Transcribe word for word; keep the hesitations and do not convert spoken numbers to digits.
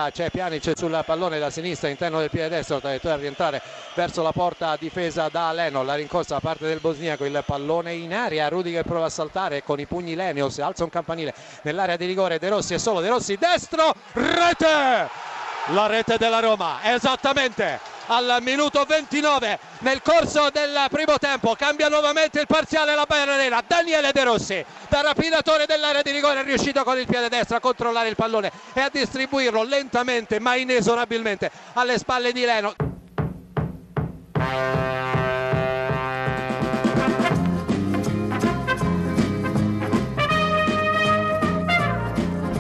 ora c'è Pjanic sul pallone da sinistra, interno del piede destro, traiettoria a rientrare verso la porta difesa da Leno, la rincorsa da parte del bosniaco, il pallone in aria, Rudiger prova a saltare con i pugni Lenius, alza un campanile nell'area di rigore, De Rossi è solo, De Rossi destro, rete! La rete della Roma, esattamente al minuto ventinove nel corso del primo tempo, cambia nuovamente il parziale la Bayer Arena. Daniele De Rossi, da rapinatore dell'area di rigore, è riuscito con il piede destro a controllare il pallone e a distribuirlo lentamente ma inesorabilmente alle spalle di Leno.